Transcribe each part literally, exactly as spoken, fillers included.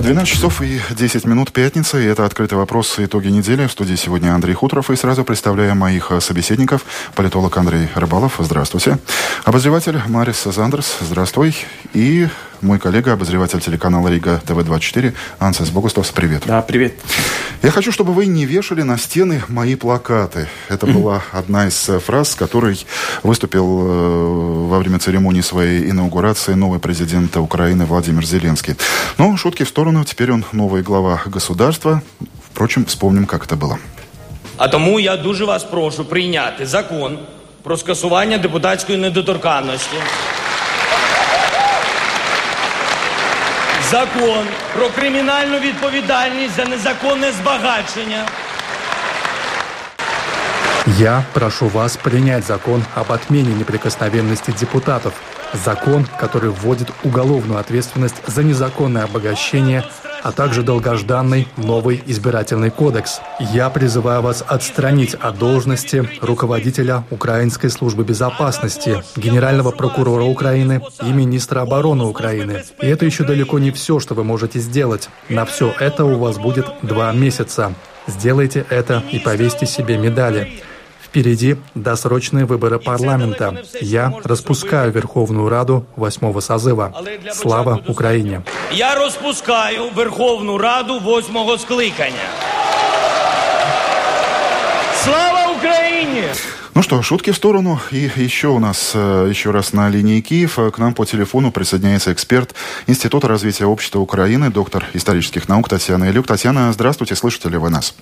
двенадцать часов и десять минут, пятница, и это «Открытый вопрос. Итоги недели». В студии сегодня Андрей Хуторов, и сразу представляем моих собеседников. Политолог Андрей Рыбалов, здравствуйте. Обозреватель Марис Зандерс, здравствуй. И мой коллега, обозреватель телеканала Рига ТВ двадцать четыре, Ансис Богустовс, привет. Да, привет. Я хочу, чтобы вы не вешали на стены мои плакаты. Это была одна из фраз, с которой выступил во время церемонии своей инаугурации новый президент Украины Владимир Зеленский. Но шутки в сторону, теперь он новый глава государства. Впрочем, вспомним, как это было. А тому я дуже вас прошу прийняти закон про скасування депутатської недоторканності. Закон про кримінальну відповідальність за незаконне збагачення. Я прошу вас принять закон об отмене неприкосновенности депутатов. Закон, который вводит уголовную ответственность за незаконное обогащение, а также долгожданный новый избирательный кодекс. Я призываю вас отстранить от должности руководителя Украинской службы безопасности, генерального прокурора Украины и министра обороны Украины. И это еще далеко не все, что вы можете сделать. На все это у вас будет два месяца. Сделайте это и повесьте себе медали. Впереди досрочные выборы парламента. Я распускаю Верховную Раду восьмого созыва. Слава Украине! Я распускаю Верховную Раду восьмого скликання. Слава Украине! Ну что, шутки в сторону. И еще у нас, еще раз на линии Киев, к нам по телефону присоединяется эксперт Института развития общества Украины, доктор исторических наук Татьяна Илюк. Татьяна, здравствуйте, слышите ли вы нас?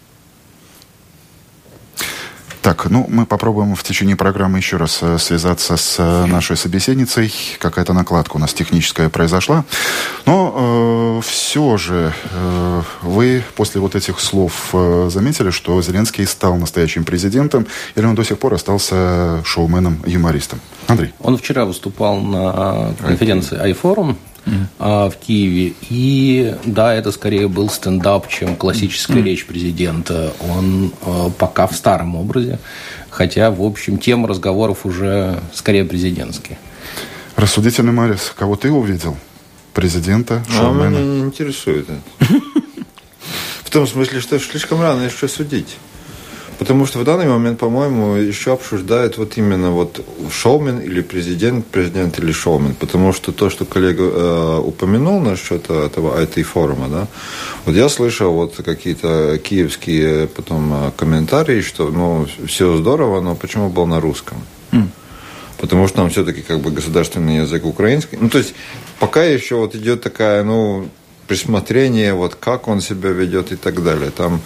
Так, ну, мы попробуем в течение программы еще раз связаться с нашей собеседницей. Какая-то накладка у нас техническая произошла. Но э, все же э, вы после вот этих слов э, заметили, что Зеленский стал настоящим президентом, или он до сих пор остался шоуменом-юмористом? Андрей. Он вчера выступал на конференции iForum в Киеве. И да, это скорее был стендап, чем классическая mm. речь президента. Он э, пока в старом образе, хотя, в общем, тема разговоров уже скорее президентские. Рассудительный Марис, кого ты увидел? Президента, шоумена? А меня не интересует это. В том смысле, что слишком рано еще судить. Потому что в данный момент, по-моему, еще обсуждают вот именно вот шоумен или президент, президент или шоумен. Потому что то, что коллега э, упомянул насчет этого ай ти-форума, да, вот я слышал вот какие-то киевские потом комментарии, что, ну, все здорово, но почему был на русском? Mm. Потому что там все-таки как бы государственный язык украинский. Ну, то есть пока еще вот идет такая, ну, присмотрение, вот как он себя ведет и так далее. Там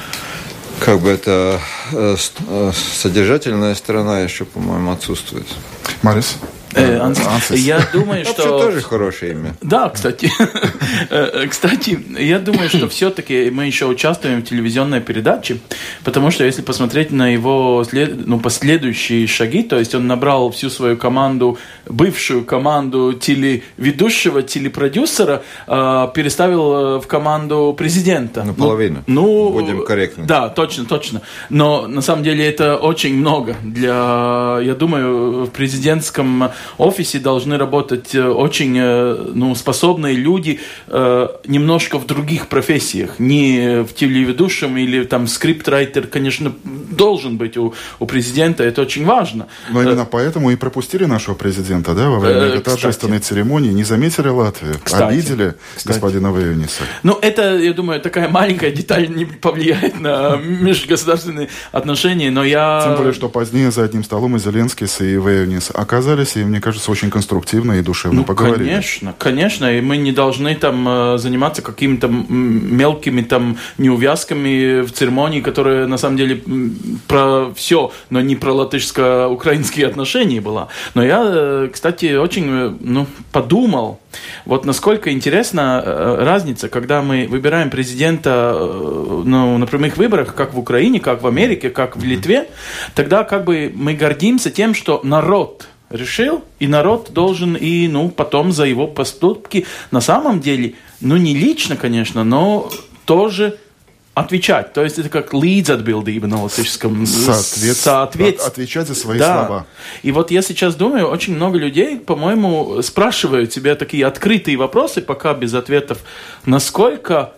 как бы это э, э, содержательная сторона еще, по-моему, отсутствует. Марис? Э, Ансис. Я думаю, что... Вообще тоже хорошее имя. Да, кстати. Кстати, я думаю, что все-таки мы еще участвуем в телевизионной передаче, потому что если посмотреть на его след... ну, последующие шаги, то есть он набрал всю свою команду, бывшую команду телеведущего, телепродюсера, э, переставил в команду президента. Наполовину. Ну, будем корректны. Да, точно, точно. Но на самом деле это очень много. Для, я думаю, в президентском офисе должны работать очень ну, способные люди э, немножко в других профессиях. Не в телеведущем или там скриптрайтер, конечно, должен быть у, у президента. Это очень важно. Но именно э, поэтому и пропустили нашего президента, да, во время э, торжественной церемонии. Не заметили Латвию? Кстати, Обидели кстати. господина Вейониса? Ну, это, я думаю, такая маленькая деталь не повлияет на межгосударственные отношения, но я... Тем более, что позднее за одним столом и Зеленский, и Вейонис оказались, и мне кажется, очень конструктивно и душевно ну, поговорили. Конечно, конечно, и мы не должны там заниматься какими-то мелкими там неувязками в церемонии, которые на самом деле про все, но не про латышско-украинские отношения была. Но я, кстати, очень ну, подумал, вот насколько интересна разница, когда мы выбираем президента ну, на прямых выборах, как в Украине, как в Америке, как в Литве, тогда как бы мы гордимся тем, что народ решил, и народ должен и, ну, потом за его поступки на самом деле, ну, не лично, конечно, но тоже отвечать. То есть это как līdzatbildība на латышском. Соответ... Соответ... Отвечать за свои да. слова. И вот я сейчас думаю, очень много людей, по-моему, спрашивают тебя такие открытые вопросы, пока без ответов, насколько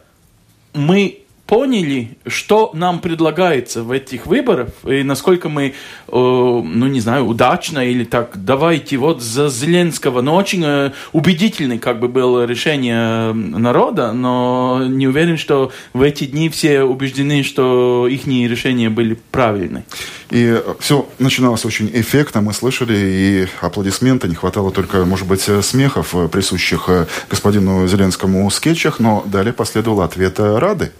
мы поняли, что нам предлагается в этих выборах, и насколько мы, э, ну, не знаю, удачно или так, давайте вот за Зеленского, но очень э, убедительный как бы было решение народа, но не уверен, что в эти дни все убеждены, что их решения были правильны. И все начиналось очень эффектно, мы слышали, и аплодисменты, не хватало только, может быть, смехов, присущих господину Зеленскому в скетчах, но далее последовал ответ Рады.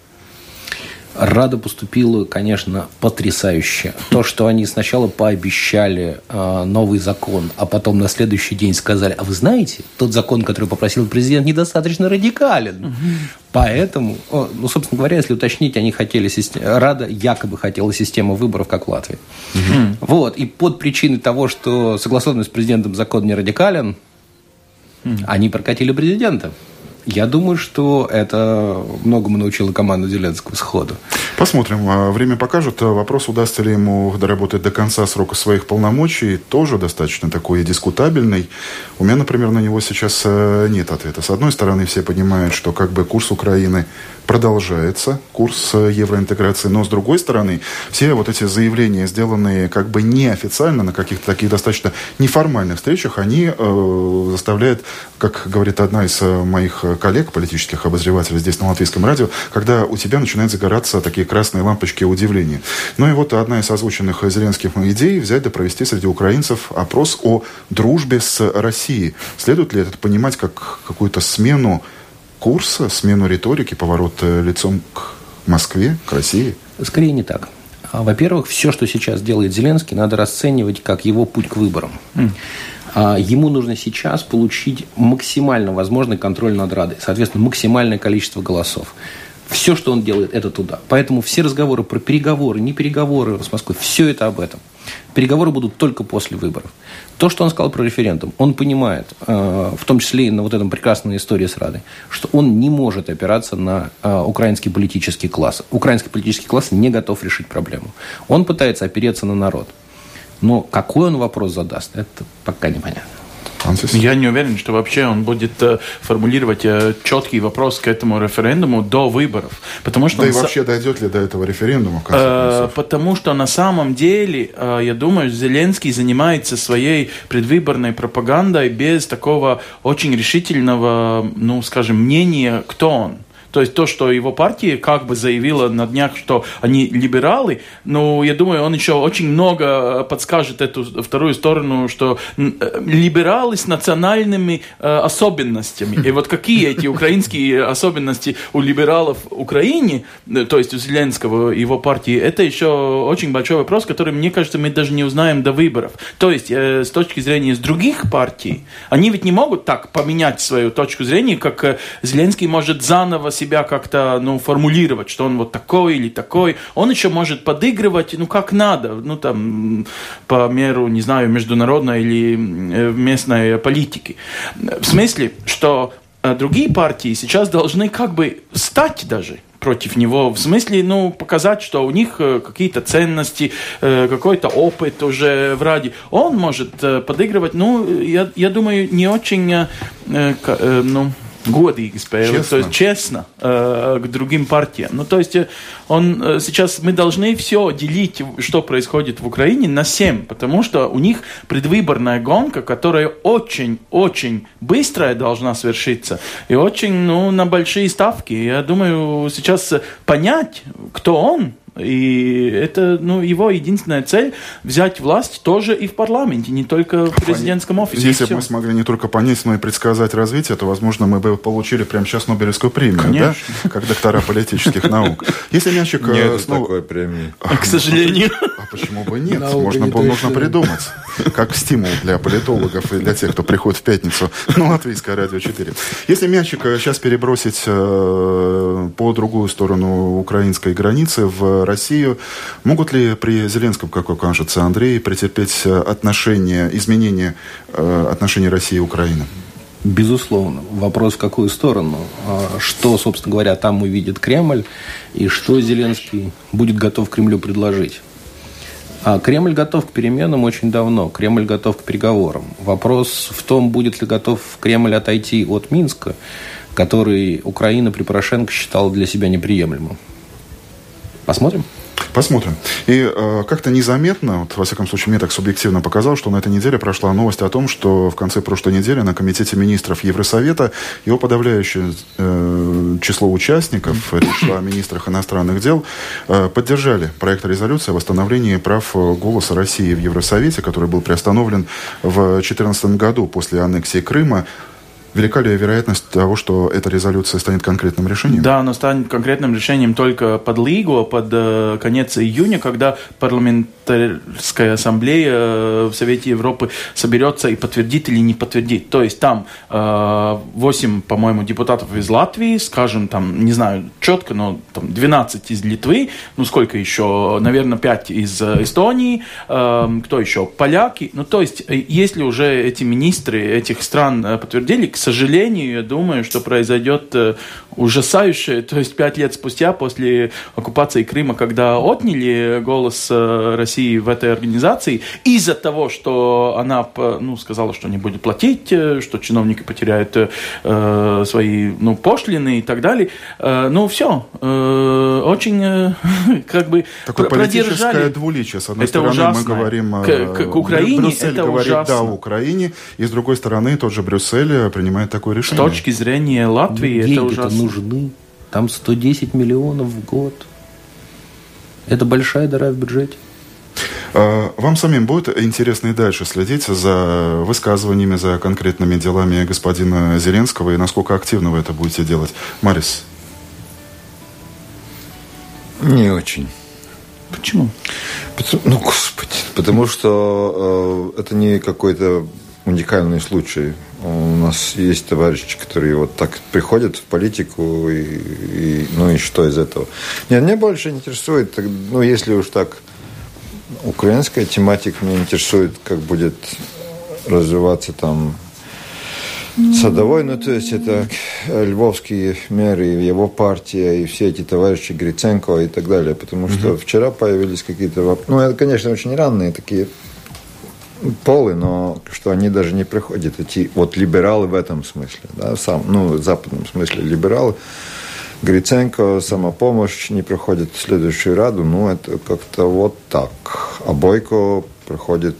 Рада поступила, конечно, потрясающе. То, что они сначала пообещали э, новый закон, а потом на следующий день сказали, а вы знаете, тот закон, который попросил президент, недостаточно радикален. Угу. Поэтому, ну, собственно говоря, если уточнить, они хотели, Рада якобы хотела систему выборов, как в Латвии. Угу. Вот. И под причиной того, что согласованный с президентом закон не радикален, угу. они прокатили президента. Я думаю, что это многому научила команда Зеленского сходу. Посмотрим. Время покажет. Вопрос, удастся ли ему доработать до конца срока своих полномочий, тоже достаточно такой дискутабельный. У меня, например, на него сейчас нет ответа. С одной стороны, все понимают, что как бы курс Украины продолжается, курс евроинтеграции, но с другой стороны, все вот эти заявления, сделанные как бы неофициально, на каких-то таких достаточно неформальных встречах, они э, заставляют, как говорит одна из моих коллег, политических обозревателей здесь на Латвийском радио, когда у тебя начинают загораться такие красные лампочки удивления. Ну и вот одна из озвученных Зеленским идей взять да провести среди украинцев опрос о дружбе с Россией. Следует ли это понимать как какую-то смену курса, смену риторики, поворот лицом к Москве, к России? Скорее не так. Во-первых, все, что сейчас делает Зеленский, надо расценивать как его путь к выборам. Mm. Ему нужно сейчас получить максимально возможный контроль над Радой, соответственно, максимальное количество голосов. Все, что он делает, это туда. Поэтому все разговоры про переговоры, не переговоры с Москвой, все это об этом. Переговоры будут только после выборов. То, что он сказал про референдум, он понимает, в том числе и на вот этом прекрасной истории с Радой, что он не может опираться на украинский политический класс. Украинский политический класс не готов решить проблему. Он пытается опереться на народ. Но какой он вопрос задаст, это пока непонятно. Я не уверен, что вообще он будет э, формулировать э, четкий вопрос к этому референдуму до выборов. Потому что да и с... вообще дойдет ли до этого референдума? Э, потому что на самом деле, э, я думаю, Зеленский занимается своей предвыборной пропагандой без такого очень решительного, ну, скажем, мнения, кто он. То есть то, что его партия как бы заявила на днях, что они либералы, но я думаю, он еще очень много подскажет эту вторую сторону, что либералы с национальными э, особенностями. И вот какие эти украинские особенности у либералов в Украине, то есть у Зеленского и его партии, это еще очень большой вопрос, который, мне кажется, мы даже не узнаем до выборов. То есть э, с точки зрения с других партий, они ведь не могут так поменять свою точку зрения, как э, Зеленский может заново себя как-то, ну, формулировать, что он вот такой или такой. Он еще может подыгрывать, ну, как надо, ну, там, по меру, не знаю, международной или местной политики. В смысле, что другие партии сейчас должны как бы стать даже против него, в смысле, ну, показать, что у них какие-то ценности, какой-то опыт уже в Раде. Он может подыгрывать, ну, я, я думаю, не очень, ну, годīgi спēlēt, то есть честно э, к другим партиям. Ну, то есть он э, сейчас мы должны все делить, что происходит в Украине, на семь, потому что у них предвыборная гонка, которая очень-очень быстрая должна свершиться, и очень, ну, на большие ставки. Я думаю, сейчас понять, кто он, и это, ну, его единственная цель – взять власть тоже и в парламенте, не только в президентском офисе. Если бы мы смогли не только понять, но и предсказать развитие, то, возможно, мы бы получили прямо сейчас Нобелевскую премию, конечно, да? Как доктора политических наук. Если мячик... Нет снова... такой премии. К сожалению. А почему бы нет? Можно было, нужно придумать. Как стимул для политологов и для тех, кто приходит в пятницу на Латвийское радио четыре. Если мячик сейчас перебросить по другую сторону украинской границы, в Россию, могут ли при Зеленском, как вам кажется, Андрей, претерпеть отношения, изменения отношений России и Украины? Безусловно. Вопрос, в какую сторону. Что, собственно говоря, там увидит Кремль, и что Зеленский будет готов Кремлю предложить. А Кремль готов к переменам очень давно. Кремль готов к переговорам. Вопрос в том, будет ли готов Кремль отойти от Минска, который Украина при Порошенко считала для себя неприемлемым. Посмотрим. Посмотрим. И э, как-то незаметно, вот, во всяком случае, мне так субъективно показалось, что на этой неделе прошла новость о том, что в конце прошлой недели на Комитете министров Евросовета его подавляющее э, число участников, речь шла о министрах иностранных дел, э, поддержали проект резолюции о восстановлении прав голоса России в Евросовете, который был приостановлен в две тысячи четырнадцатом году после аннексии Крыма. Велика ли вероятность того, что эта резолюция станет конкретным решением? Да, она станет конкретным решением только под Лигу, под э, конец июня, когда парламентарская ассамблея э, в Совете Европы соберется и подтвердит или не подтвердит. То есть там э, восемь, по-моему, депутатов из Латвии, скажем, там, не знаю четко, но там двенадцать из Литвы, ну сколько еще, наверное, пять из Эстонии, э, кто еще, поляки. Ну то есть, если уже эти министры этих стран подтвердили, к сожалению, я думаю, что произойдет ужасающее, то есть пять лет спустя после оккупации Крыма, когда отняли голос России в этой организации, из-за того, что она, ну, сказала, что не будет платить, что чиновники потеряют э, свои, ну, пошлины и так далее, э, ну, все, э, очень, э, как бы, такое политическое двуличие. С одной это стороны, ужасно. мы говорим... К, к, к Украине Брюссель это говорит ужасно. да Украине, и с другой стороны, тот же Брюссель принимает такое решение. С точки зрения Латвии, деньги-то это ужасно. нужны. Там сто десять миллионов в год. Это большая дыра в бюджете. Вам самим будет интересно и дальше следить за высказываниями, за конкретными делами господина Зеленского, и насколько активно вы это будете делать? Марис? Не очень. Почему? Потому, ну, господи, потому что э, это не какой-то уникальный случай. У нас есть товарищи, которые вот так приходят в политику, и, и, ну и что из этого? Нет, меня больше интересует, ну если уж так, украинская тематика, меня интересует, как будет развиваться там Садовой, ну то есть это львовские мэры, его партия и все эти товарищи Гриценко и так далее, потому что вчера появились какие-то, ну это, конечно, очень ранние такие полы, но что они даже не приходят, эти вот либералы в этом смысле, да, сам, ну, в западном смысле либералы, Гриценко, самопомощь не проходит в следующую раду, ну, это как-то вот так. А Бойко проходит,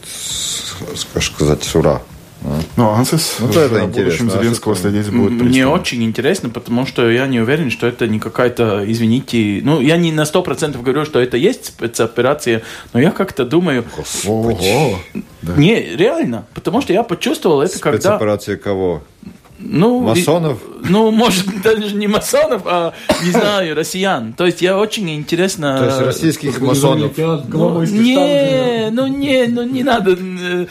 как сказать, с ура. Ну, Ансис, ну, это в будущем Зеленского следить будет пристально. Мне очень интересно, потому что я не уверен, что это не какая-то, извините, ну, я не на сто процентов говорю, что это есть спецоперация, но я как-то думаю... Ого! Да. Не, реально, потому что я почувствовал это, когда... Спецоперация кого? Ну, масонов? И, ну, может, даже не масонов, а, не знаю, россиян. То есть, я очень интересно... То есть, российских масонов? Ну, не, ну, не, ну, не надо э,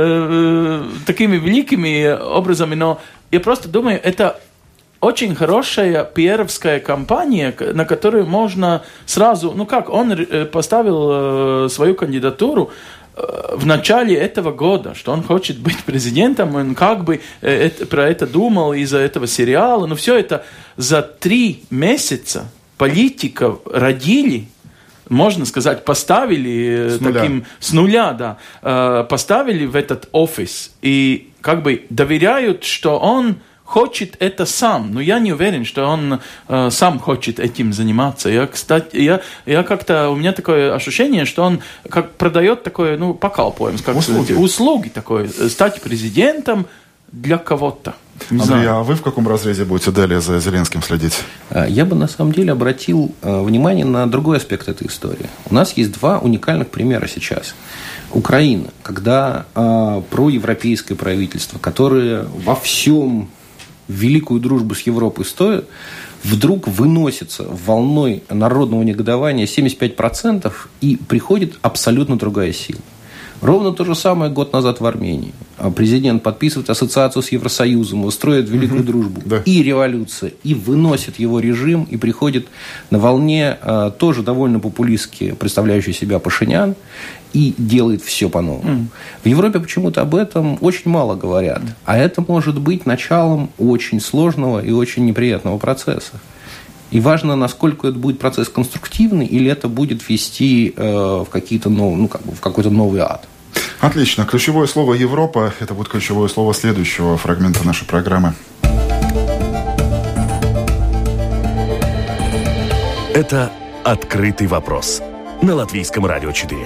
э, такими великими образами, но я просто думаю, это очень хорошая пиаровская кампания, на которую можно сразу... Ну, как, он поставил свою кандидатуру в начале этого года, что он хочет быть президентом, он как бы это, про это думал из-за этого сериала, но все это за три месяца политиков родили, можно сказать, поставили с нуля. таким с нуля, да, поставили в этот офис и как бы доверяют, что он хочет это сам, но я не уверен, что он э, сам хочет этим заниматься. Я, кстати, я, я как-то, у меня такое ощущение, что он как продает такое, ну, покалпуем, как услуги. услуги такое, стать президентом для кого-то. Не Андрей, знаю. а вы в каком разрезе будете далее за Зеленским следить? Я бы на самом деле обратил внимание на другой аспект этой истории. У нас есть два уникальных примера сейчас. Украина, когда э, проевропейское правительство, которое во всем великую дружбу с Европой стоит, вдруг выносится волной народного негодования семьдесят пять процентов и приходит абсолютно другая сила. Ровно то же самое год назад в Армении. Президент подписывает ассоциацию с Евросоюзом, устроит великую угу. дружбу. Да. И революция, и выносит его режим, и приходит на волне а, тоже довольно популистски представляющий себя Пашинян, и делает все по-новому. Mm. В Европе почему-то об этом очень мало говорят. Mm. А это может быть началом очень сложного и очень неприятного процесса. И важно, насколько это будет процесс конструктивный, или это будет вести э, в, какие-то нов... ну, как бы в какой-то новый ад. Отлично. Ключевое слово «Европа» – это будет ключевое слово следующего фрагмента нашей программы. Это «Открытый вопрос» на Латвийском радио четыре.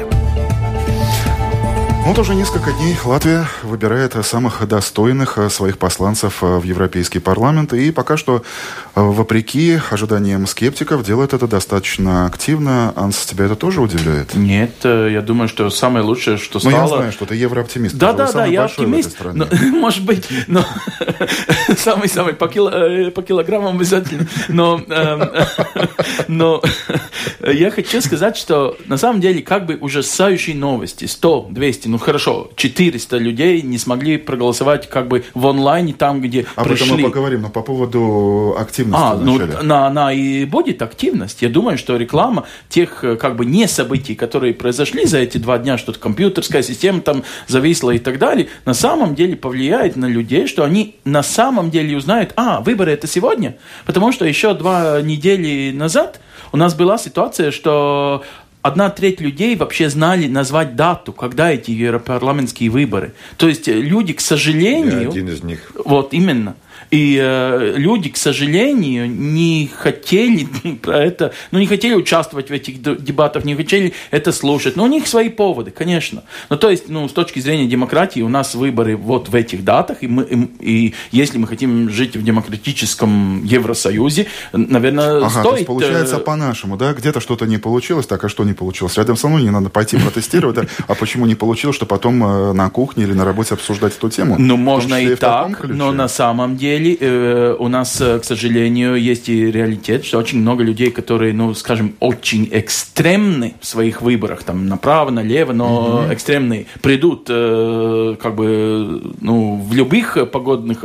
Вот уже несколько дней Латвия выбирает самых достойных своих посланцев в Европейский парламент. И пока что, вопреки ожиданиям скептиков, делает это достаточно активно. Анс, тебя это тоже удивляет? Нет, я думаю, что самое лучшее, что стало... Ну, я знаю, что ты еврооптимист. Да, да, да, я оптимист. Но, может быть, но самый-самый по, кило, по килограммам обязательно. Но, но я хочу сказать, что на самом деле как бы ужасающие новости. сто, двести, ну хорошо, четыреста людей не смогли проголосовать как бы в онлайне, там, где а пришли. Об этом мы поговорим, но по поводу активности а, вначале. Ну, на, на и будет активность. Я думаю, что реклама тех как бы не событий, которые произошли за эти два дня, что компьютерская система там зависла и так далее, на самом деле повлияет на людей, что они на самом деле узнают, а, выборы это сегодня, потому что еще два недели назад у нас была ситуация, что одна треть людей вообще знали назвать дату, когда эти европарламентские выборы. То есть люди, к сожалению... Я один из них. Вот, именно. И э, люди, к сожалению, не хотели про это, ну, не хотели участвовать в этих дебатах, не хотели это слушать. Но у них свои поводы, конечно. Ну, то есть, ну, с точки зрения демократии у нас выборы вот в этих датах, и, мы, и, и если мы хотим жить в демократическом Евросоюзе, наверное, ага, стоит... То есть, получается, по-нашему, да? Где-то что-то не получилось, так, а что не получилось? Рядом со мной не надо пойти протестировать, да? А почему не получилось, что потом на кухне или на работе обсуждать эту тему? Ну, можно и так, но на самом деле у нас, к сожалению, есть и реалитет, что очень много людей, которые, ну, скажем, очень экстремны в своих выборах, там, направо, налево, но mm-hmm. экстремные, придут, как бы, ну, в любых погодных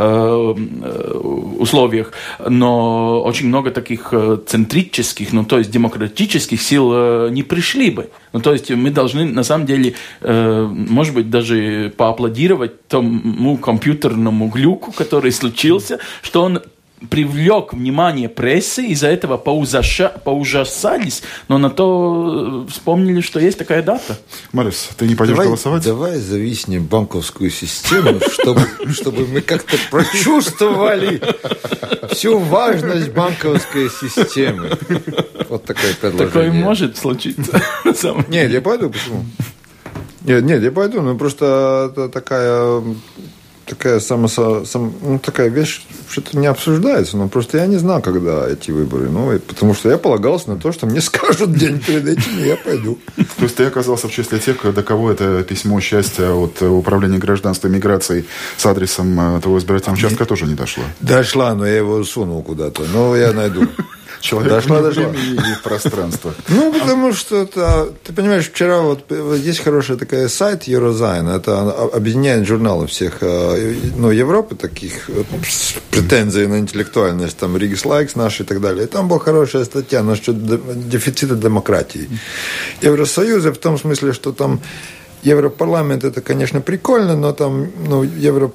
условиях, но очень много таких центрических, ну, то есть демократических сил не пришли бы. Ну, то есть мы должны, на самом деле, может быть, даже поаплодировать тому компьютерному глюку, который случился, что он привлек внимание прессы, из-за этого поужаша... поужасались, но на то вспомнили, что есть такая дата. Марис, ты не пойдешь давай, голосовать? Давай зависнем банковскую систему, чтобы, чтобы мы как-то прочувствовали всю важность банковской системы. Вот такое предложение. Такое может случиться. Нет, я пойду, почему? Нет, нет, я пойду, но просто это такая... Такая, само, сам, ну, такая вещь, что-то не обсуждается. Но просто я не знал, когда эти выборы. Ну, и, потому что я полагался на то, что мне скажут день перед этим, и я пойду. То есть ты оказался в числе тех, до кого это письмо счастья от Управления гражданства и миграции с адресом твоего избирательного участка тоже не дошло? Дошла, но я его сунул куда-то. Но я найду. Человек дошла, дошла. Времени и пространства. Ну, потому что это, ты понимаешь, вчера вот есть хороший такой сайт Eurozine, это объединяет журналы всех, ну, Европы, таких с претензией на интеллектуальность, там, Ригс Лайкс наши и так далее. И там была хорошая статья насчет дефицита демократии. Евросоюза в том смысле, что там Европарламент, это, конечно, прикольно, но там, ну, Евро,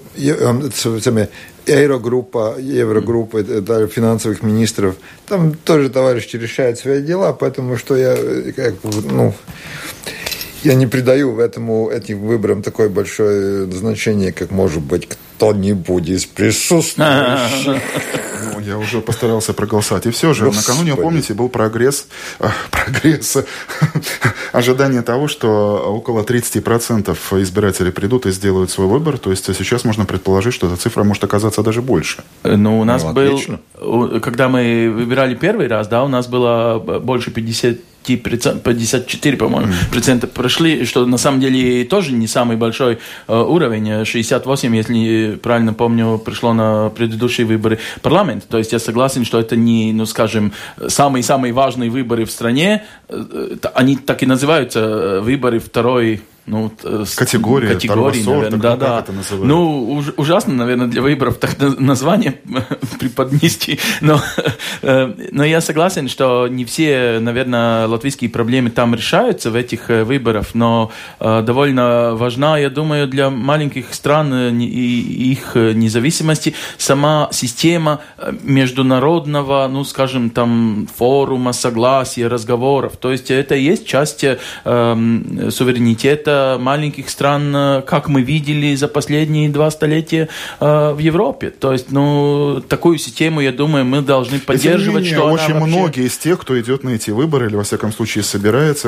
Еврогруппа, Еврогруппа это финансовых министров, там тоже товарищи решают свои дела, поэтому что я, как, ну, я не придаю этому, этим выборам такое большое значение, как, может быть, кто-нибудь из присутствующих. Ну, я уже постарался проголосовать. И все же, Господи. Накануне, помните, был прогресс, э, прогресс, ожидание того, что около тридцать процентов избирателей придут и сделают свой выбор. То есть сейчас можно предположить, что эта цифра может оказаться даже больше. Ну, у нас ну, был, когда мы выбирали первый раз, да, у нас было больше пятьдесят пятьдесят четыре, по-моему, mm-hmm. процента прошли, что на самом деле тоже не самый большой э, уровень. шестьдесят восемь, если правильно помню, пришло на предыдущие выборы парламента. То есть я согласен, что это не, ну, скажем, самые-самые важные выборы в стране. Они так и называются, выборы второй Ну, категория, категории, второго наверное, сорта, да, да. Это называют? Ну, уж, ужасно, наверное, для выборов так название преподнести. Но, но я согласен, что не все, наверное, латвийские проблемы там решаются в этих выборах, но довольно важна, я думаю, для маленьких стран и их независимости сама система международного, ну, скажем, там, форума, согласия, разговоров. То есть это и есть часть э, суверенитета маленьких стран, как мы видели за последние два столетия э, в Европе. То есть, ну, такую систему, я думаю, мы должны поддерживать. Тем не менее, что очень вообще... многие из тех, кто идет на эти выборы, или, во всяком случае, собирается,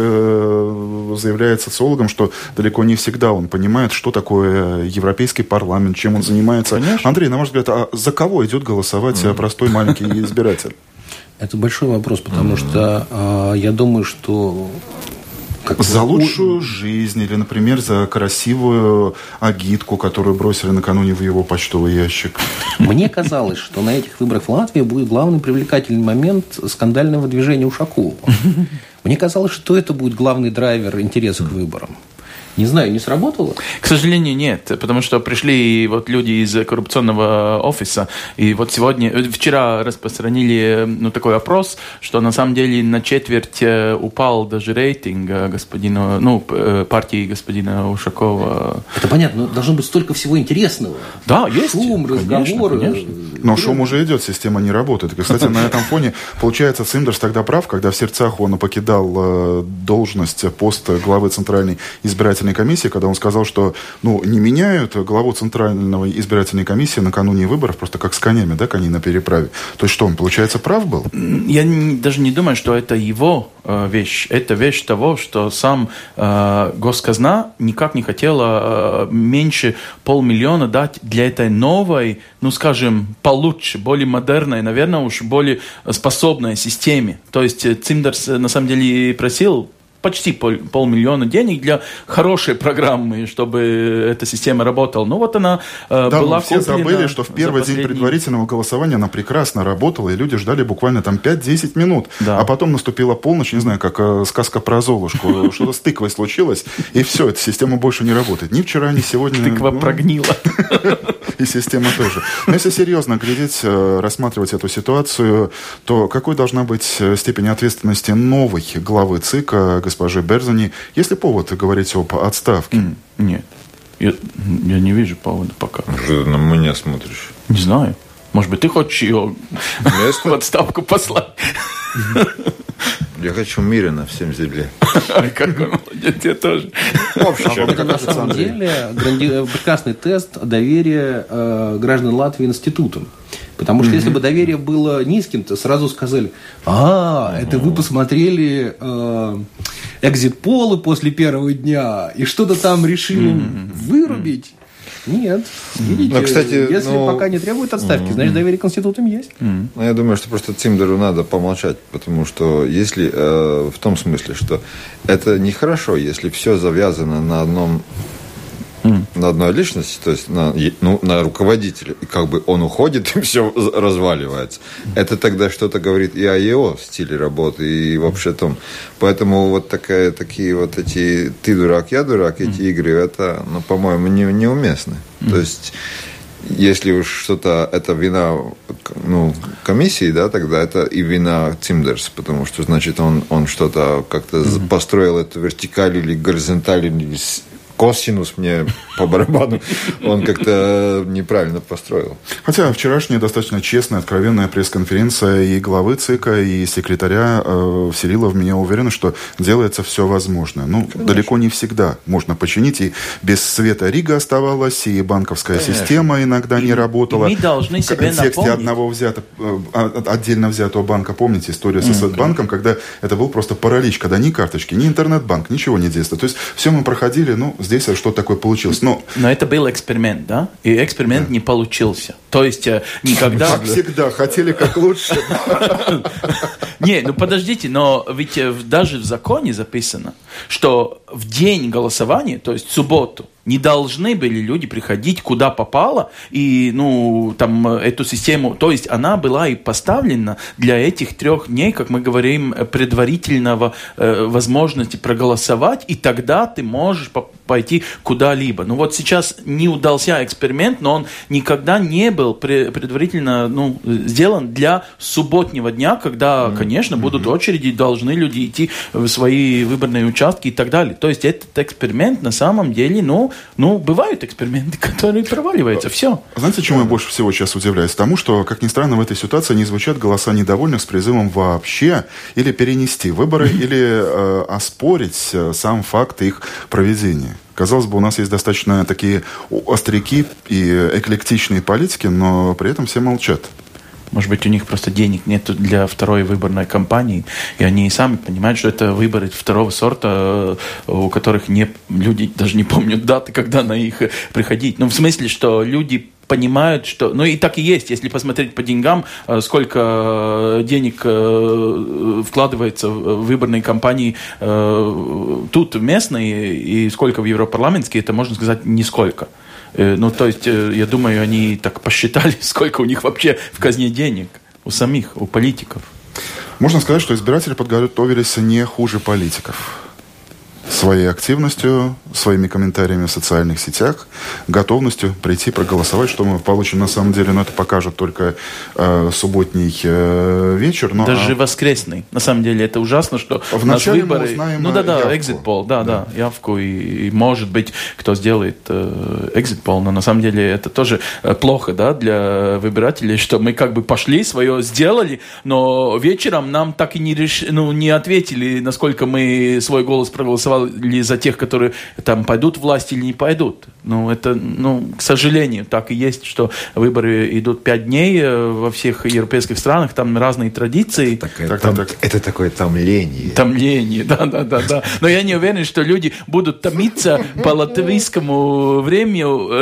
э, заявляет социологам, что далеко не всегда он понимает, что такое Европейский парламент, чем он занимается. Конечно. Андрей, на ваш взгляд, а за кого идет голосовать mm. простой маленький избиратель? Это большой вопрос, потому mm-hmm. что э, я думаю, что... Как за лучшую жизнь или, например, за красивую агитку, которую бросили накануне в его почтовый ящик. Мне казалось, что на этих выборах в Латвии будет главный привлекательный момент скандального движения Ушакова. Мне казалось, что это будет главный драйвер интереса к выборам. Не знаю, не сработало? К сожалению, нет, потому что пришли вот люди из коррупционного офиса, и вот сегодня, вчера распространили ну, такой опрос, что на самом деле на четверть упал даже рейтинг господина, ну, партии господина Ушакова. Это понятно, но должно быть столько всего интересного. Да, есть. Шум, разговоры. Конечно, конечно. Но шум уже идет, система не работает. И, кстати, на этом фоне, получается, Циндерс тогда прав, когда в сердцах он покидал должность, пост главы Центральной избирательной комиссии, когда он сказал, что ну, не меняют главу Центральной избирательной комиссии накануне выборов, просто как с конями, да, кони на переправе. То есть что, он, получается, прав был? Я не, даже не думаю, что это его э, вещь. Это вещь того, что сам э, госказна никак не хотела э, меньше полмиллиона дать для этой новой, ну, скажем, получше, более модерной, наверное, уж более способной системе. То есть Циндерс, на самом деле, просил почти пол, полмиллиона денег для хорошей программы, чтобы эта система работала. Ну вот она э, да, была все забыли, что в первый день предварительного голосования она прекрасно работала, и люди ждали буквально там пять-десять минут. Да. А потом наступила полночь, не знаю, как э, сказка про Золушку. Что-то с тыквой случилось, и все, эта система больше не работает. Ни вчера, ни сегодня. Тыква прогнила. И система тоже. Но если серьезно глядеть, рассматривать эту ситуацию, то какой должна быть степень ответственности новой главы ЦИКа, госпожи Берзани, если повод говорить об отставке? Mm, нет. Я, я не вижу повода пока. Что ты на меня смотришь? Не знаю. Может быть, ты хочешь ее в отставку послать? Я хочу мира на всем земле. Как он молодец, я тоже. Это на самом деле прекрасный тест доверия э, граждан Латвии институтам. Потому что mm-hmm. если бы доверие было низким, то сразу сказали, а, mm-hmm. это вы посмотрели э, экзит-полы после первого дня и что-то там решили mm-hmm. вырубить. Нет. Видите, но, кстати, если ну, пока не требует отставки, mm-hmm. значит, доверие к институтам есть. Mm-hmm. Ну, я думаю, что просто Циндеру надо помолчать, потому что если э, в том смысле, что это нехорошо, если все завязано на одном mm. на одной личности, то есть на, ну, на руководителе, и как бы он уходит, и все разваливается. Mm. Это тогда что-то говорит и о его стиле работы, и вообще том. Поэтому вот такая, такие вот эти «ты дурак, я дурак», эти mm. игры, это, ну, по-моему, не, неуместны. Mm. То есть если уж что-то, это вина ну, комиссии, да, тогда это и вина Циндерс, потому что, значит, он, он что-то как-то mm-hmm. построил эту вертикаль или горизонталь, или косинус мне по барабану, он как-то неправильно построил. Хотя вчерашняя достаточно честная, откровенная пресс-конференция и главы ЦИКа, и секретаря э, вселила в меня уверенность, что делается все возможное. Ну, конечно. Далеко не всегда можно починить, и без света Рига оставалась, и банковская конечно. Система иногда не работала. Мы должны себе напомнить. В контексте одного взято, отдельно взятого банка, помните историю с Эссет-банком, когда это был просто паралич, когда ни карточки, ни интернет-банк, ничего не действовало. То есть все мы проходили, ну, здесь что такое получилось. Но, Но это был эксперимент, да? И эксперимент да. не получился. То есть никогда... Как всегда, хотели как лучше. Не, ну подождите, но ведь даже в законе записано, что в день голосования, то есть в субботу, не должны были люди приходить куда попало и, ну, там, эту систему, то есть она была и поставлена для этих трех дней, как мы говорим, предварительного э, возможности проголосовать, и тогда ты можешь по- пойти куда-либо. Ну вот сейчас не удался эксперимент, но он никогда не был пре- предварительно, ну, сделан для субботнего дня, когда, mm-hmm. конечно, будут mm-hmm. очереди, должны люди идти в свои выборные участки и так далее. То есть этот эксперимент на самом деле, ну, Ну, бывают эксперименты, которые проваливаются. Все. Знаете, чему я больше всего сейчас удивляюсь? Тому, что, как ни странно, в этой ситуации не звучат голоса недовольных с призывом вообще или перенести выборы, или э, оспорить э, сам факт их проведения. Казалось бы, у нас есть достаточно такие остряки и эклектичные политики, но при этом все молчат. Может быть, у них просто денег нет для второй выборной кампании, и они и сами понимают, что это выборы второго сорта, у которых не, люди даже не помнят даты, когда на их приходить. Ну, в смысле, что люди понимают, что... Ну, и так и есть. Если посмотреть по деньгам, сколько денег вкладывается в выборные кампании тут, местные, и сколько в европарламентские, это, можно сказать, нисколько. Ну, то есть, я думаю, они так посчитали, сколько у них вообще в казне денег, у самих, у политиков. Можно сказать, что избиратели подготовились не хуже политиков. Своей активностью, своими комментариями в социальных сетях, готовностью прийти проголосовать, что мы получим на самом деле, но это покажет только э, субботний э, вечер. Но, Даже а... воскресный. На самом деле это ужасно, что в у нас выборы... Мы узнаем ну да, да, явку. exit poll, да, да, да, явку, и, и может быть, кто сделает э, exit poll, но на самом деле это тоже э, плохо, да, для выбирателей, что мы как бы пошли, свое сделали, но вечером нам так и не, реш... ну, не ответили, насколько мы свой голос проголосовали ли за тех, которые там пойдут в власть или не пойдут. Ну, это, ну, к сожалению, так и есть, что выборы идут пять дней во всех европейских странах, там разные традиции. Так, так, там, так. Это такое томление. Томление, да, да, да, да. Но я не уверен, что люди будут томиться по латвийскому времени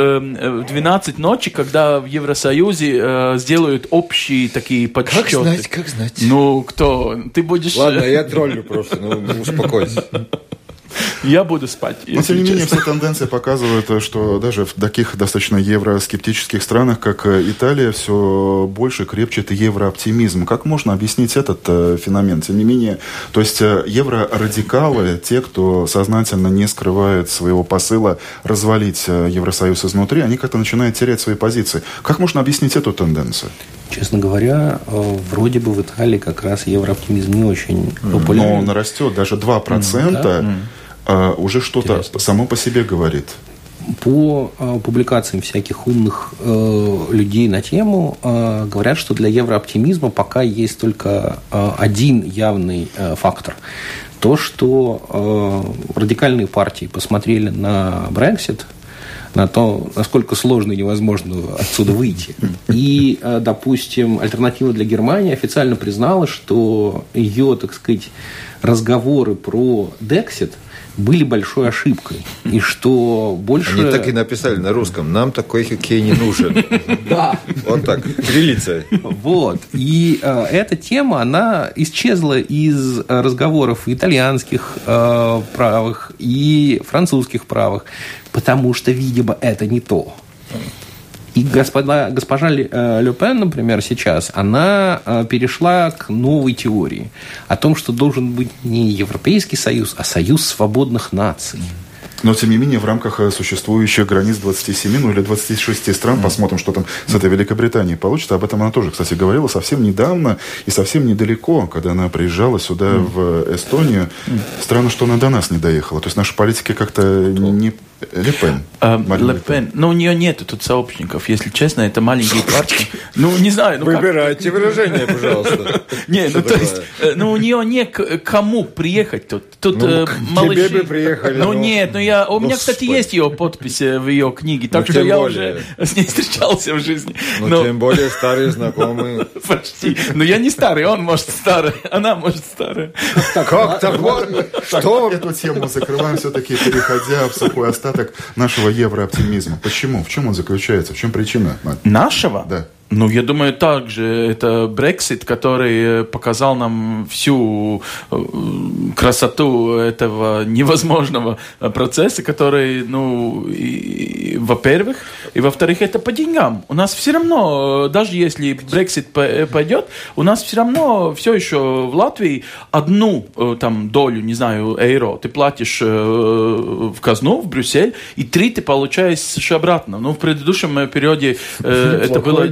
в двенадцать ночи, когда в Евросоюзе сделают общие такие подсчеты. Как знать, как знать. Ну, кто? Ты будешь... Ладно, я троллю просто, ну, успокойся. Я буду спать. Но, тем не менее, все тенденции показывают, что даже в таких достаточно евроскептических странах, как Италия, все больше крепчет еврооптимизм. Как можно объяснить этот э, феномен? Тем не менее, то есть э, еврорадикалы, те, кто сознательно не скрывает своего посыла развалить э, Евросоюз изнутри, они как-то начинают терять свои позиции. Как можно объяснить эту тенденцию? Честно говоря, вроде бы в Италии как раз еврооптимизм не очень популярен. Но он растет, даже два процента. Mm-hmm. Uh, уже что-то Интересно. Само по себе говорит. По uh, публикациям всяких умных uh, людей на тему uh, говорят, что для еврооптимизма пока есть только uh, один явный uh, фактор. То, что uh, радикальные партии посмотрели на Brexit, на то, насколько сложно и невозможно отсюда выйти. И, допустим, альтернатива для Германии официально признала, что ее, так сказать, разговоры про Dexit были большой ошибкой. И что больше... Они так и написали на русском. Нам такой хоккей не нужен. Да. Вот так. Кириллица. Вот. И э, эта тема, она исчезла из разговоров итальянских э, правых и французских правых, потому что, видимо, это не то. И господа, госпожа Ле Пен, например, сейчас, она перешла к новой теории о том, что должен быть не Европейский Союз, а Союз свободных наций. Но, тем не менее, в рамках существующих границ двадцати семи, ну или двадцати шести стран, mm. посмотрим, что там с этой Великобританией получится. Об этом она тоже, кстати, говорила совсем недавно и совсем недалеко, когда она приезжала сюда, mm. в Эстонию. Mm. Странно, что она до нас не доехала. То есть наши политики как-то mm. не... Ле Пен. Ле Пен. Но у нее нету тут сообщников, если честно, это маленькие партии. Ну, не знаю. Ну, выбирайте как... выражение, пожалуйста. Не, ну, то есть, ну, у нее не к кому приехать тут. Тут ну, малыши... тебе бы приехали. Ну, нет, ну, я... У меня, кстати, есть ее подпись в ее книге, так что я уже с ней встречался в жизни. Ну, тем более старые знакомые. Почти. Но я не старый, он, может, старый, она, может, старая. Как так можно? Что? Эту тему закрываем все-таки, переходя в сухой остаток нашего еврооптимизма. Почему? В чем он заключается? В чем причина? Нашего? Да. Ну, я думаю, также это Brexit, который показал нам всю красоту этого невозможного процесса, который, ну, и, во-первых, и во-вторых, это по деньгам. У нас все равно, даже если Brexit пойдет, у нас все равно все еще в Латвии одну там долю, не знаю, евро ты платишь в казну, в Брюссель, и три ты получаешь обратно. Ну, в предыдущем периоде это было...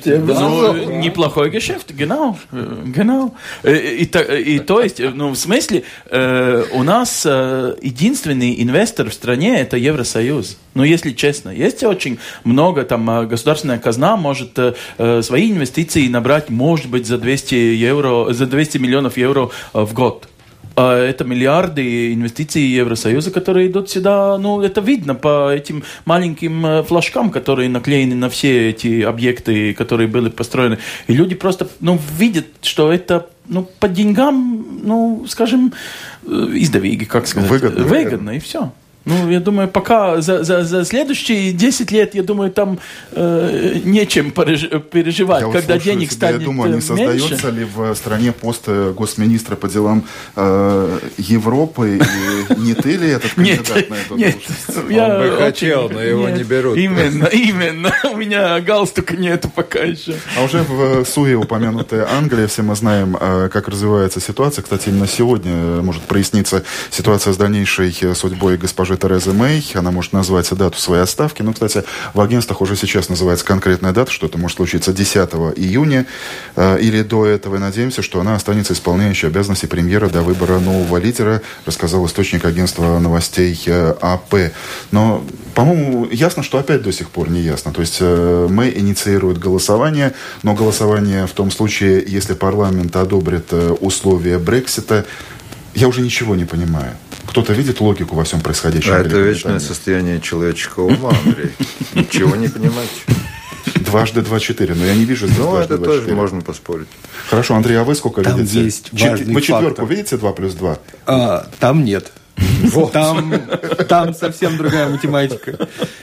Ну, неплохой гешефт, genau, genau. И, и, и то есть, ну, в смысле, э, у нас э, единственный инвестор в стране – это Евросоюз. Ну, если честно, есть очень много, там, государственная казна может э, свои инвестиции набрать, может быть, за двести евро, за двести миллионов евро э, в год. Это миллиарды инвестиций Евросоюза, которые идут сюда. Ну, это видно по этим маленьким флажкам, которые наклеены на все эти объекты, которые были построены. И люди просто, ну, видят, что это, ну, по деньгам, ну, скажем, издавиги, как сказать. Выгодно. Выгодно, и все. Ну, я думаю, пока за, за, за следующие десять лет, я думаю, там э, нечем переживать, я когда денег тебя, станет я думаю, не меньше. создается ли в стране пост госминистра по делам э, Европы, и не ты ли этот кандидат на эту должность? Он бы хотел, но его не берут. Именно, именно. У меня галстука нету пока еще. А уже в Суе упомянутая Англия, все мы знаем, как развивается ситуация. Кстати, именно сегодня может проясниться ситуация с дальнейшей судьбой госпожи Терезы Мэй. Она может назвать дату своей отставки. Но, кстати, в агентствах уже сейчас называется конкретная дата, что это может случиться десятого июня э, или до этого. И надеемся, что она останется исполняющей обязанности премьера до выбора нового лидера, рассказал источник агентства новостей э, АП. Но, по-моему, ясно, что опять до сих пор не ясно. То есть э, Мэй инициирует голосование, но голосование в том случае, если парламент одобрит э, условия Брексита, я уже ничего не понимаю. Кто-то видит логику во всем происходящем? А это вечное состояние человеческого ума, Андрей. Ничего не понимать. Дважды два четыре, но я не вижу здесь ну, дважды это два тоже четыре. можно поспорить. Хорошо, Андрей, а вы сколько там видите? Есть важный Вы четверку фактор. видите два плюс два? А, там нет. Вот. Там, там совсем другая математика.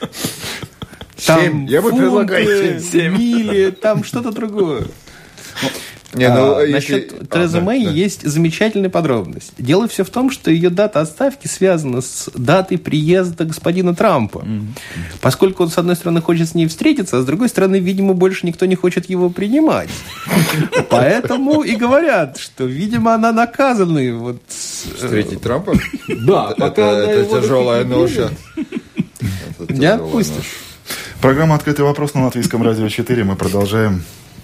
Там семь. Я бы предлагаю семь. Мили, там что-то другое. Не, ну, а, если... Насчет Терезы а, Мэй да, есть да. замечательная подробность. Дело все в том, что ее дата отставки связана с датой приезда господина Трампа. Mm-hmm. Поскольку он, с одной стороны, хочет с ней встретиться, а с другой стороны, видимо, больше никто не хочет его принимать. Поэтому и говорят, что, видимо, она наказана. Встретить Трампа? Да. Это тяжелая ноша. Не отпустишь. Программа «Открытый вопрос» на Латвийском радио четыре. Мы продолжаем.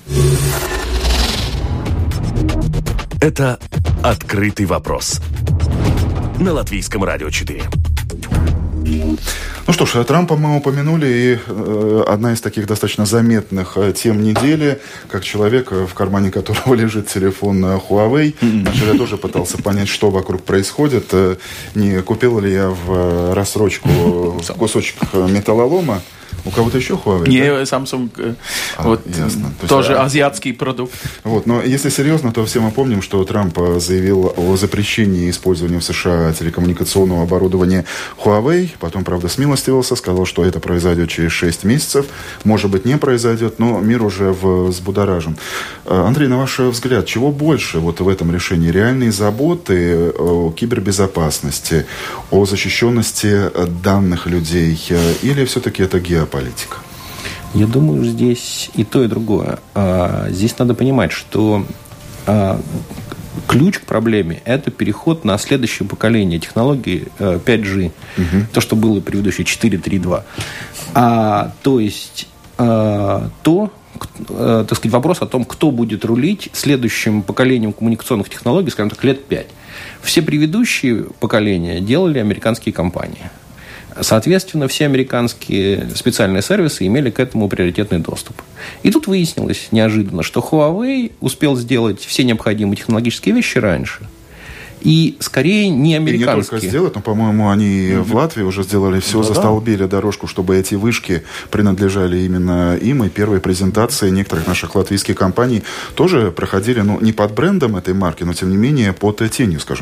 Это «Открытый вопрос» на Латвийском радио четыре. Ну что ж, Трампа мы упомянули, и э, одна из таких достаточно заметных э, тем недели, как человек, в кармане которого лежит телефон Huawei. Значит, я тоже пытался понять, что вокруг происходит. Э, не купил ли я в э, рассрочку кусочек металлолома. У кого-то еще Huawei? Не, да? Samsung. А, вот, ясно. То тоже есть, а... азиатский продукт. Вот, но если серьезно, то все мы помним, что Трамп заявил о запрещении использования в США телекоммуникационного оборудования Huawei. Потом, правда, смилостивился, сказал, что это произойдет через шесть месяцев. Может быть, не произойдет, но мир уже взбудоражен. Андрей, на ваш взгляд, чего больше вот в этом решении? Реальные заботы о кибербезопасности, о защищенности данных людей? Или все-таки это геополитика? Политика. Я думаю, здесь и то, и другое. Здесь надо понимать, что ключ к проблеме – это переход на следующее поколение технологий пять джи. Угу. То, что было предыдущее четыре три два. А, то есть, то, так сказать, вопрос о том, кто будет рулить следующим поколением коммуникационных технологий, скажем так, лет пять. Все предыдущие поколения делали американские компании. Соответственно, все американские специальные сервисы имели к этому приоритетный доступ. И тут выяснилось неожиданно, что Huawei успел сделать все необходимые технологические вещи раньше. И скорее не американские. И не только сделать, но, по-моему, они mm-hmm. в Латвии уже сделали все, ну, застолбили да. дорожку, чтобы эти вышки принадлежали именно им. И первые презентации некоторых наших латвийских компаний тоже проходили, ну, не под брендом этой марки, но, тем не менее, под тенью, скажем так.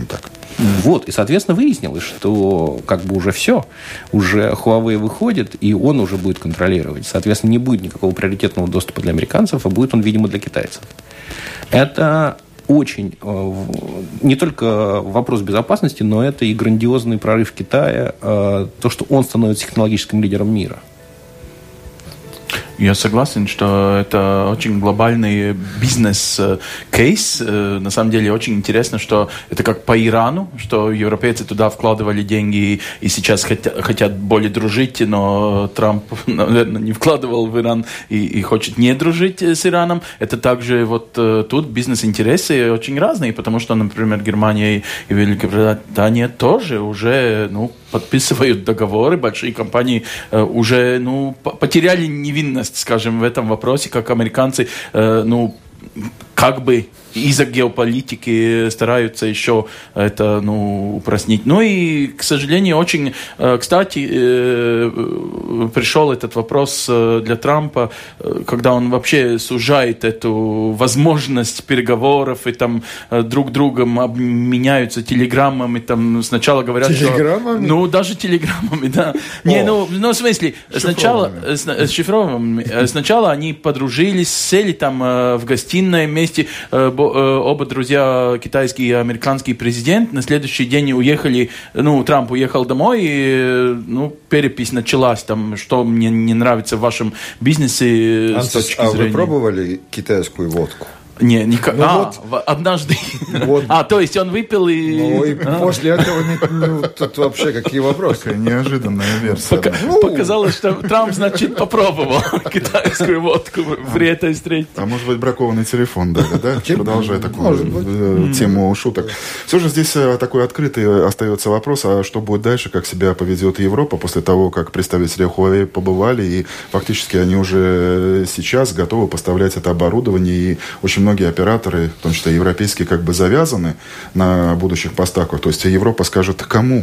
Вот, и, соответственно, выяснилось, что как бы уже все, уже Huawei выходит, и он уже будет контролировать. Соответственно, не будет никакого приоритетного доступа для американцев, а будет он, видимо, для китайцев. Это очень, не только вопрос безопасности, но это и грандиозный прорыв Китая, то, что он становится технологическим лидером мира. Я согласен, что это очень глобальный бизнес-кейс. На самом деле очень интересно, что это как по Ирану, что европейцы туда вкладывали деньги и сейчас хотят, хотят более дружить, но Трамп, наверное, не вкладывал в Иран и, и хочет не дружить с Ираном. Это также вот тут бизнес-интересы очень разные, потому что, например, Германия и Великобритания тоже уже, ну, подписывают договоры, большие компании э, уже, ну, потеряли невинность, скажем, в этом вопросе, как американцы, э, ну, как бы из-за геополитики стараются еще это, ну, упростить. Ну и, к сожалению, очень, кстати, пришел этот вопрос для Трампа, когда он вообще сужает эту возможность переговоров, и там друг другом обменяются телеграммами, там сначала говорят, телеграммами? Что... Ну, даже телеграммами, да. О. Не, ну, ну, в смысле, сначала, с шифрованными, сначала они подружились, сели там в гостиной вместе, оба друзья, китайский и американский президент, на следующий день уехали, ну, Трамп уехал домой, и, ну, перепись началась, там, что мне не нравится в вашем бизнесе. Антос, с точки а зрения... вы пробовали китайскую водку? Не, никак. Ну, а, вот, однажды. Вот. А, то есть он выпил и... Ну, и а? после этого, ну, тут вообще какие вопросы? Такая неожиданная версия. Пока, ну. Показалось, что Трамп, значит, попробовал китайскую водку при этой встрече. А может быть, бракованный телефон, да, да, да? Продолжая такую тему шуток. Все же здесь такой открытый остается вопрос, а что будет дальше, как себя поведет Европа после того, как представители Huawei побывали, и фактически они уже сейчас готовы поставлять это оборудование, и очень много Многие операторы, в том числе европейские, как бы завязаны на будущих поставках. То есть Европа скажет, кому?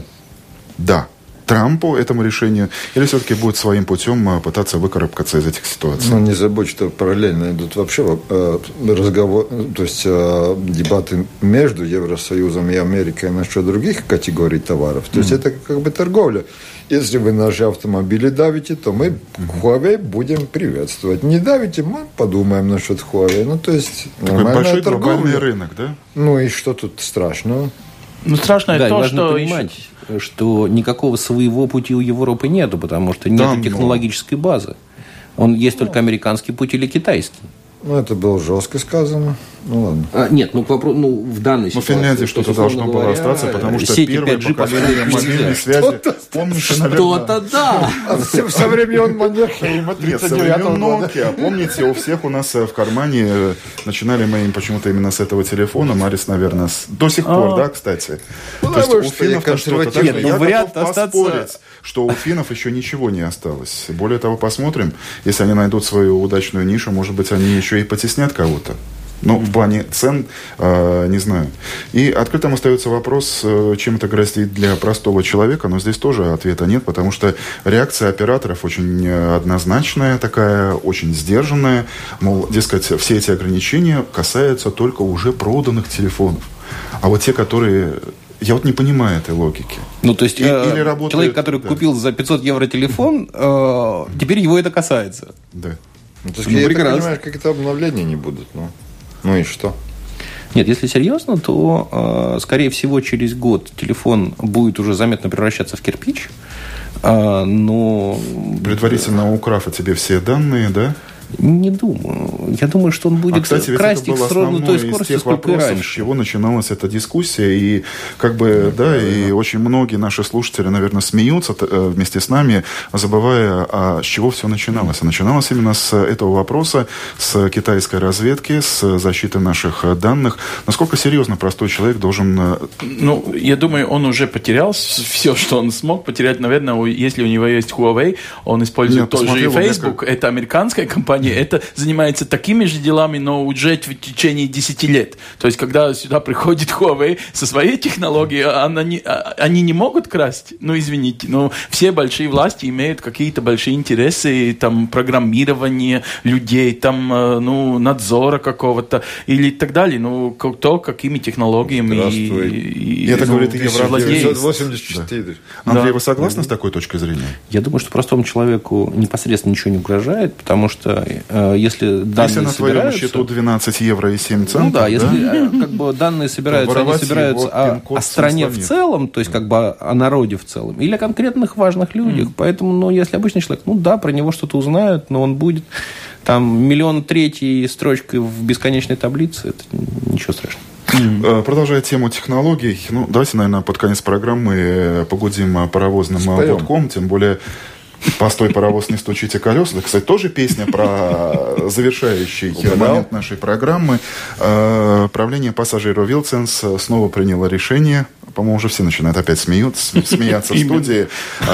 Да. Трампу этому решению, или все-таки будет своим путем пытаться выкарабкаться из этих ситуаций? Ну, не забудь, что параллельно идут вообще э, разговоры, то есть э, дебаты между Евросоюзом и Америкой насчет других категорий товаров. То mm-hmm. есть это как бы торговля. Если вы наши автомобили давите, то мы mm-hmm. Huawei будем приветствовать. Не давите, мы подумаем насчет Huawei. Ну, то есть нормальная большой торговля. Глобальный рынок, да? Ну, и что тут страшного? Ну, страшно да, то, важно что... понимать, еще... что никакого своего пути у Европы нету, потому что нет Там, технологической базы. Он есть только американский путь или китайский. Ну, это было жестко сказано. Ну, ладно. А, нет, ну, вопрос, ну, в данной Но ситуации... в Финляндии что-то должно было говоря, остаться, потому что первое поколение мобильной связи... Помните, что-то да! Со времен Маннергейма тридцать девятого года. Nokia. Помните, у всех у нас в кармане, начинали мы почему-то именно с этого телефона, Марис, наверное, до сих пор, да, кстати? То есть у финнов что-то... Я готов поспорить, что у финнов еще ничего не осталось. Более того, посмотрим, если они найдут свою удачную нишу, может быть, они еще и потеснят кого-то. Ну, в плане цен, э, не знаю. И открытым остается вопрос, э, чем это грозит для простого человека, но здесь тоже ответа нет, потому что реакция операторов очень однозначная такая, очень сдержанная. Мол, дескать, все эти ограничения касаются только уже проданных телефонов. А вот те, которые... Я вот не понимаю этой логики. Ну, то есть, и, э, или работает, человек, который да. купил за пятьсот евро телефон, э, теперь его это касается. Да. Ну, то есть, ну, я так понимаю, как-то обновления не будут, ну... Ну и что? Нет, если серьезно, то, э, скорее всего, через год телефон будет уже заметно превращаться в кирпич. Э, но... Предварительно украв о тебе все данные, да? Не думаю. Я думаю, что он будет а, кстати, красть их с ровно той скоростью, сколько и раньше. С чего начиналась эта дискуссия. И как бы, да, да, и очень многие наши слушатели, наверное, смеются вместе с нами, забывая, а с чего все начиналось. А начиналось именно с этого вопроса, с китайской разведки, с защиты наших данных. Насколько серьезно простой человек должен... Ну, я думаю, он уже потерял все, что он смог потерять. Наверное, если у него есть Huawei, он использует Нет, тот же и Facebook. Это американская компания, компания, это занимается такими же делами, но уже в течение десяти лет. То есть, когда сюда приходит Huawei со своей технологией, она не, они не могут красть. Ну, извините, но все большие власти имеют какие-то большие интересы, там, программирование людей, там, ну, надзора какого-то или так далее. Ну, кто какими технологиями и, и, это ну, говорит Евровладеец. девятьсот восемьдесят четыре. Да. Андрей, да. вы согласны с такой точкой зрения? Я думаю, что простому человеку непосредственно ничего не угрожает, потому что э, если данные если на твоем собираются... счету двенадцать евро и семь центов, ну да, да? если как бы данные собираются, они собираются о, о стране в целом, то есть как бы о народе в целом, или о конкретных важных людях. Mm. Поэтому, ну, если обычный человек, ну да, про него что-то узнают, но он будет там миллион третьей строчкой в бесконечной таблице, это ничего страшного. Mm-hmm. Продолжая тему технологий, ну, давайте, наверное, под конец программы погудим паровозным гудком, тем более «Постой, паровоз, не стучите колеса». Это, кстати, тоже песня про завершающий момент нашей программы. Правление пассажиров Вилценс снова приняло решение, по-моему, уже все начинают опять смеются, смеяться в студии,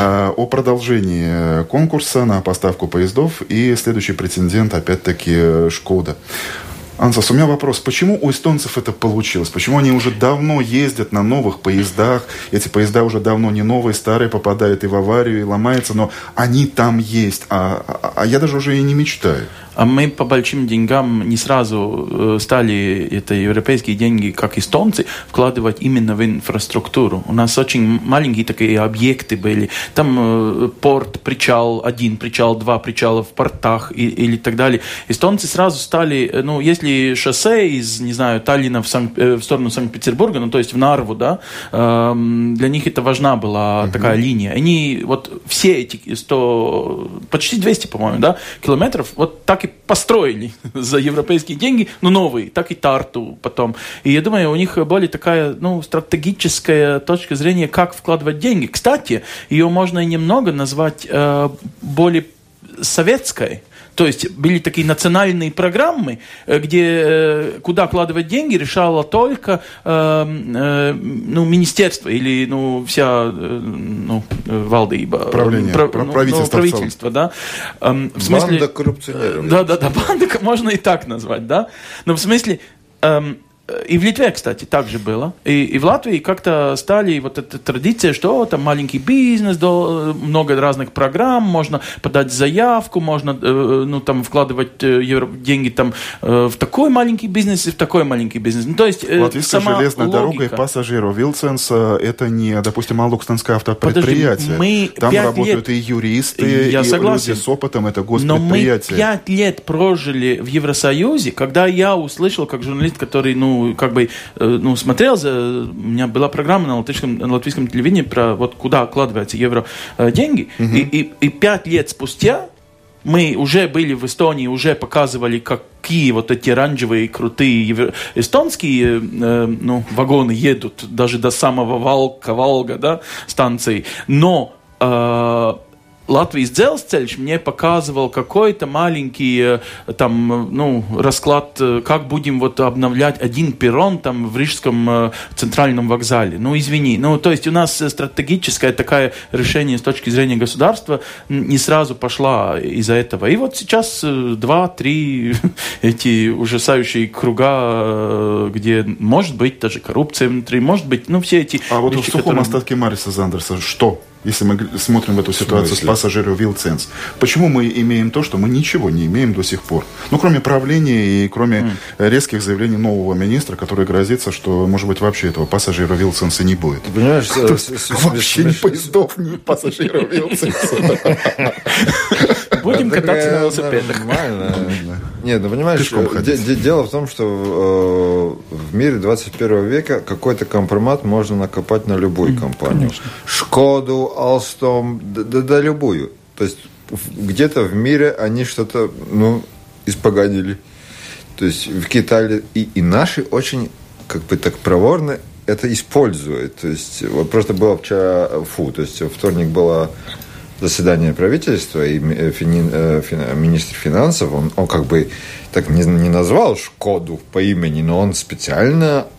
о продолжении конкурса на поставку поездов. И следующий претендент, опять-таки, «Шкода». Ансас, у меня вопрос. Почему у эстонцев это получилось? Почему они уже давно ездят на новых поездах? Эти поезда уже давно не новые, старые, попадают и в аварию, и ломаются, но они там есть. А, а, а я даже уже и не мечтаю. А мы по большим деньгам не сразу стали, это европейские деньги, как эстонцы, вкладывать именно в инфраструктуру. У нас очень маленькие такие объекты были. Там э, порт, причал, один причал, два причала в портах и, или так далее. Эстонцы сразу стали, ну, если шоссе из, не знаю, Таллина в, Санкт, э, в сторону Санкт-Петербурга, ну, то есть в Нарву, да, э, для них это важна была uh-huh. такая линия. Они вот все эти сто, почти двести, по-моему, да, километров, вот так и построили за европейские деньги, ну, новые, так и Тарту потом. И я думаю, у них более такая, ну, стратегическая точка зрения, как вкладывать деньги. Кстати, ее можно и немного назвать э, более советской. То есть были такие национальные программы, где куда вкладывать деньги решало только э, э, ну, министерство или ну, вся э, ну, валдыба, правление, про, про, ну, правительство, ну, правительство да. Эм, в смысле, банда коррупционеров. Да, да, да, банда можно и так назвать, да. Но в смысле эм, и в Литве, кстати, так же было. И, и в Латвии как-то стали вот эта традиция, что там маленький бизнес, до, много разных программ, можно подать заявку, можно э, ну, там, вкладывать э, евро, деньги там, э, в такой маленький бизнес и в такой маленький бизнес. Ну, то есть, э, Латвийская сама железная логика. дорога и пассажиров Вилценс, это не, допустим, Алукстонское автопредприятие. Подожди, там работают лет... и юристы, я и согласен. люди с опытом, это Но госпредприятие. мы пять лет прожили в Евросоюзе, когда я услышал, как журналист, который, ну, как бы, ну, смотрел, за... у меня была программа на латвийском, на латвийском телевидении про вот куда вкладываются евро э, деньги, uh-huh. и, и, и пять лет спустя мы уже были в Эстонии, уже показывали, какие вот эти оранжевые крутые евро... эстонские э, ну, вагоны едут даже до самого Валка, Волга, да, станции, но э, Латвийс Дзельсцельш мне показывал какой-то маленький там, ну, расклад, как будем вот обновлять один перрон там в Рижском центральном вокзале. Ну, извини. Ну, то есть у нас стратегическое такое решение с точки зрения государства не сразу пошла из-за этого. И вот сейчас два-три эти ужасающие круга, где может быть даже коррупция внутри, может быть, ну, все эти... А вот вещи, в сухом которые... остатке Мариса Зандерса что? Если мы смотрим в эту ситуацию с пассажиров Вилценс, почему мы имеем то, что мы ничего не имеем до сих пор? Ну, кроме правления и кроме mm. резких заявлений нового министра, который грозится, что, может быть, вообще этого пассажира Вилценса не будет. Ты понимаешь, вообще ни поездов, ни пассажиров Вилценса. Будем кататься на велосипедах. Нормально. Нет, ну понимаешь, дело в том, что в мире двадцать первого века какой-то компромат можно накопать на любую компанию. Шкоду, Алстом, да, да, да любую. То есть где-то в мире они что-то, ну, испоганили. То есть в Китае и, и наши очень, как бы так проворно это используют. То есть вот просто было вчера, фу, то есть во вторник было заседание правительства, и фини, фин, министр финансов, он, он как бы так не, не назвал Шкоду по имени, но он специально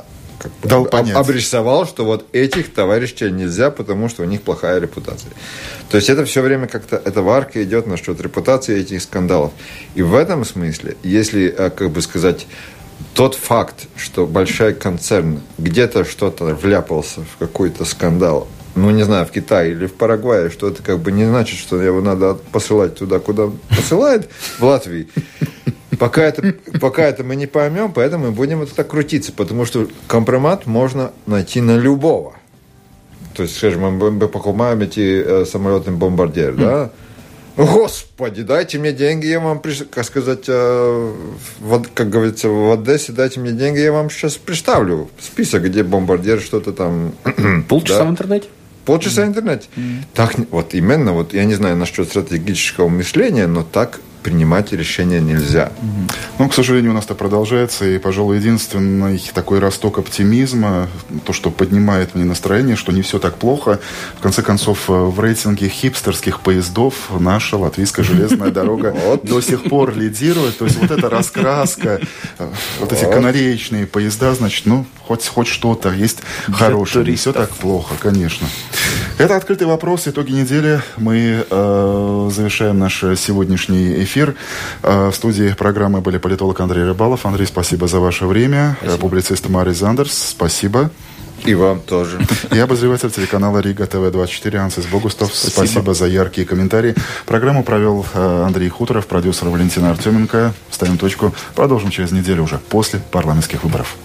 как бы Дал об, понять. обрисовал, что вот этих товарищей нельзя, потому что у них плохая репутация. То есть это все время как-то, эта варка идет насчет репутации этих скандалов. И в этом смысле, если, как бы сказать, тот факт, что большой концерн где-то что-то вляпался в какой-то скандал, ну, не знаю, в Китае или в Парагвае, что это как бы не значит, что его надо посылать туда, куда посылают, в Латвии. Пока это, пока это мы не поймем, поэтому мы будем это так крутиться, потому что компромат можно найти на любого. То есть, скажем, мы, мы покупаем эти э, самолетные бомбардиры, да? Господи, дайте мне деньги, я вам, как сказать, э, в, как говорится, в Одессе, дайте мне деньги, я вам сейчас представлю список, где бомбардир, что-то там. Полчаса да? в интернете? Полчаса в интернете. Mm-hmm. Так, вот именно, вот я не знаю насчет стратегического мышления, но так принимать решения нельзя. Mm-hmm. Ну, к сожалению, у нас это продолжается, и, пожалуй, единственный такой росток оптимизма, то, что поднимает мне настроение, что не все так плохо. В конце концов, в рейтинге хипстерских поездов наша латвийская железная дорога до сих пор лидирует. То есть вот эта раскраска, вот эти канареечные поезда, значит, ну, хоть, хоть что-то есть хорошее. Не все так плохо, конечно. Это «Открытый вопрос». Итоги недели. Мы э, завершаем наш сегодняшний эфир. Э, в студии программы были политолог Андрей Рыбалов. Андрей, спасибо за ваше время. Спасибо. Публицист Марий Зандерс, спасибо. И вам тоже. И обозреватель телеканала Рига ТВ двадцать четыре Ансис Богустов. Спасибо. Спасибо за яркие комментарии. Программу провел э, Андрей Хуторов, продюсер Валентина Артеменко. Ставим точку. Продолжим через неделю уже после парламентских выборов.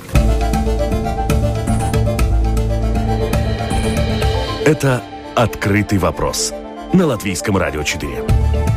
Это «Открытый вопрос» на Латвийском радио четыре.